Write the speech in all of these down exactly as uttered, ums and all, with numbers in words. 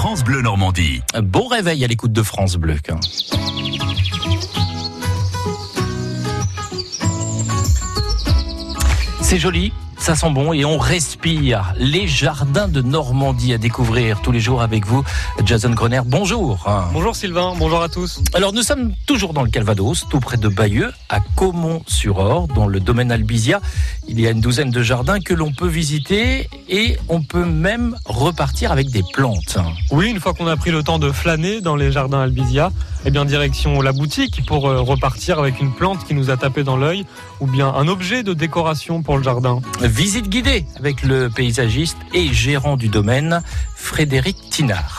France Bleu Normandie. Bon réveil à l'écoute de France Bleu. C'est joli, ça sent bon et on respire. Les jardins de Normandie à découvrir tous les jours avec vous, Jason Grener. Bonjour. Bonjour Sylvain, bonjour à tous. Alors nous sommes toujours dans le Calvados, tout près de Bayeux, à Caumont-sur-Orge, dans le domaine Albizia. Il y a une douzaine de jardins que l'on peut visiter et on peut même repartir avec des plantes. Oui, une fois qu'on a pris le temps de flâner dans les jardins Albizia, eh bien direction la boutique pour repartir avec une plante qui nous a tapé dans l'œil ou bien un objet de décoration pour le jardin. Visite guidée avec le paysagiste et gérant du domaine, Frédéric Tinard.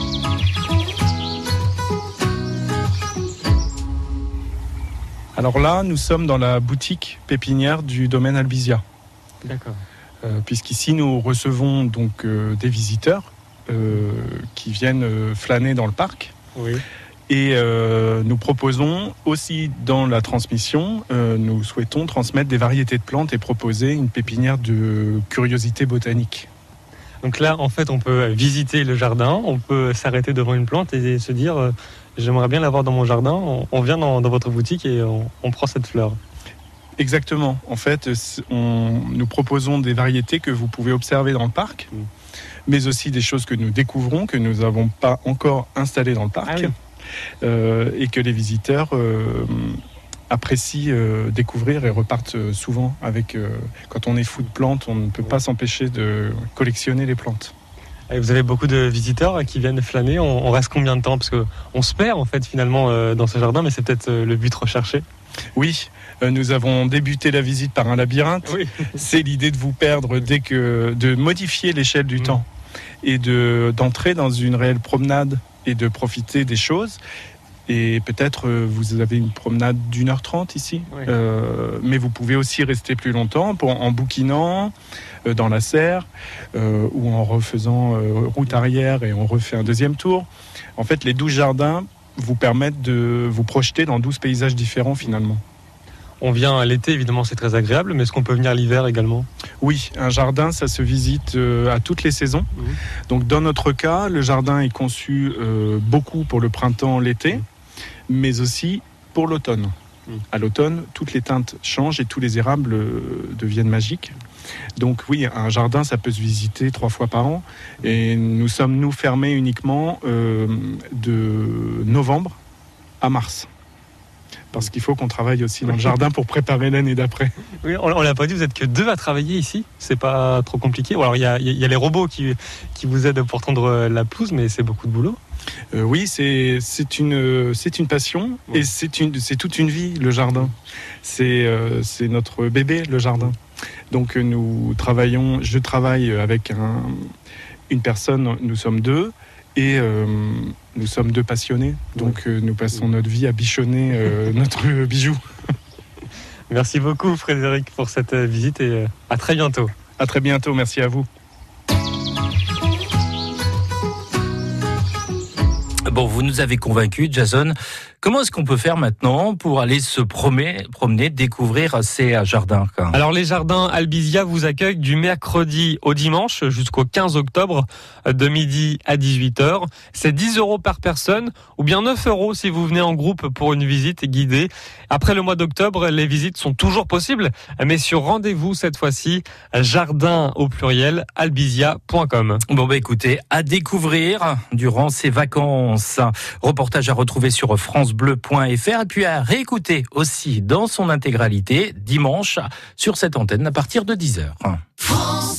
Alors là, nous sommes dans la boutique pépinière du domaine Albizia. D'accord. Euh, puisqu'ici, nous recevons donc euh, des visiteurs euh, qui viennent euh, flâner dans le parc. Oui. Et euh, nous proposons aussi dans la transmission, euh, nous souhaitons transmettre des variétés de plantes et proposer une pépinière de curiosité botanique. Donc là, en fait, on peut visiter le jardin, on peut s'arrêter devant une plante et se dire euh, j'aimerais bien l'avoir dans mon jardin. On, on vient dans, dans votre boutique et on, on prend cette fleur. Exactement. En fait, on, nous proposons des variétés que vous pouvez observer dans le parc, mmh. mais aussi des choses que nous découvrons, que nous n'avons pas encore installées dans le parc. Ah oui. Euh, et que les visiteurs euh, apprécient euh, découvrir et repartent souvent avec. Euh, quand on est fou de plantes, on ne peut pas s'empêcher de collectionner les plantes. Et vous avez beaucoup de visiteurs qui viennent flâner. On, on reste combien de temps? Parce qu'on se perd en fait finalement euh, dans ce jardin, mais c'est peut-être euh, le but recherché. Oui, euh, nous avons débuté la visite par un labyrinthe. Oui. C'est l'idée de vous perdre dès que de modifier l'échelle du mmh. temps et de d'entrer dans une réelle promenade et de profiter des choses. Et peut-être euh, vous avez une promenade d'une heure trente ici, oui. euh, mais vous pouvez aussi rester plus longtemps pour, en bouquinant euh, dans la serre euh, ou en refaisant euh, route arrière et on refait un deuxième tour. En fait, les douze jardins vous permettent de vous projeter dans douze paysages différents finalement. On vient l'été, évidemment, c'est très agréable, mais est-ce qu'on peut venir l'hiver également? Oui, un jardin, ça se visite euh, à toutes les saisons. Mmh. Donc, dans notre cas, le jardin est conçu euh, beaucoup pour le printemps, l'été, mmh. mais aussi pour l'automne. Mmh. À l'automne, toutes les teintes changent et tous les érables euh, deviennent magiques. Donc, oui, un jardin, ça peut se visiter trois fois par an. Et nous sommes, nous, fermés uniquement euh, de novembre à mars. Parce qu'il faut qu'on travaille aussi dans le jardin pour préparer l'année d'après. Oui, on, on l'a pas dit, vous êtes que deux à travailler ici. C'est pas trop compliqué. Ou alors il y a, y a les robots qui, qui vous aident pour tondre la pelouse, mais c'est beaucoup de boulot. Euh, oui, c'est, c'est, une, c'est une passion oui. et c'est, une, c'est toute une vie, le jardin. C'est, euh, c'est notre bébé, le jardin. Donc nous travaillons, je travaille avec un, une personne, nous sommes deux. Et euh, nous sommes deux passionnés, donc euh, nous passons notre vie à bichonner euh, notre bijou. Merci beaucoup Frédéric pour cette visite et euh, à très bientôt. À très bientôt, merci à vous. Bon, vous nous avez convaincus, Jason. Comment est-ce qu'on peut faire maintenant pour aller se promener, promener, découvrir ces jardins? Alors, les jardins Albizia vous accueillent du mercredi au dimanche jusqu'au quinze octobre, de midi à dix-huit heures. C'est dix euros par personne ou bien neuf euros si vous venez en groupe pour une visite guidée. Après le mois d'octobre, les visites sont toujours possibles, mais sur rendez-vous cette fois-ci, jardin au pluriel, albizia point com. Bon, bah écoutez, à découvrir durant ces vacances. Reportage à retrouver sur France Bleu point F R et puis à réécouter aussi dans son intégralité dimanche sur cette antenne à partir de dix heures. France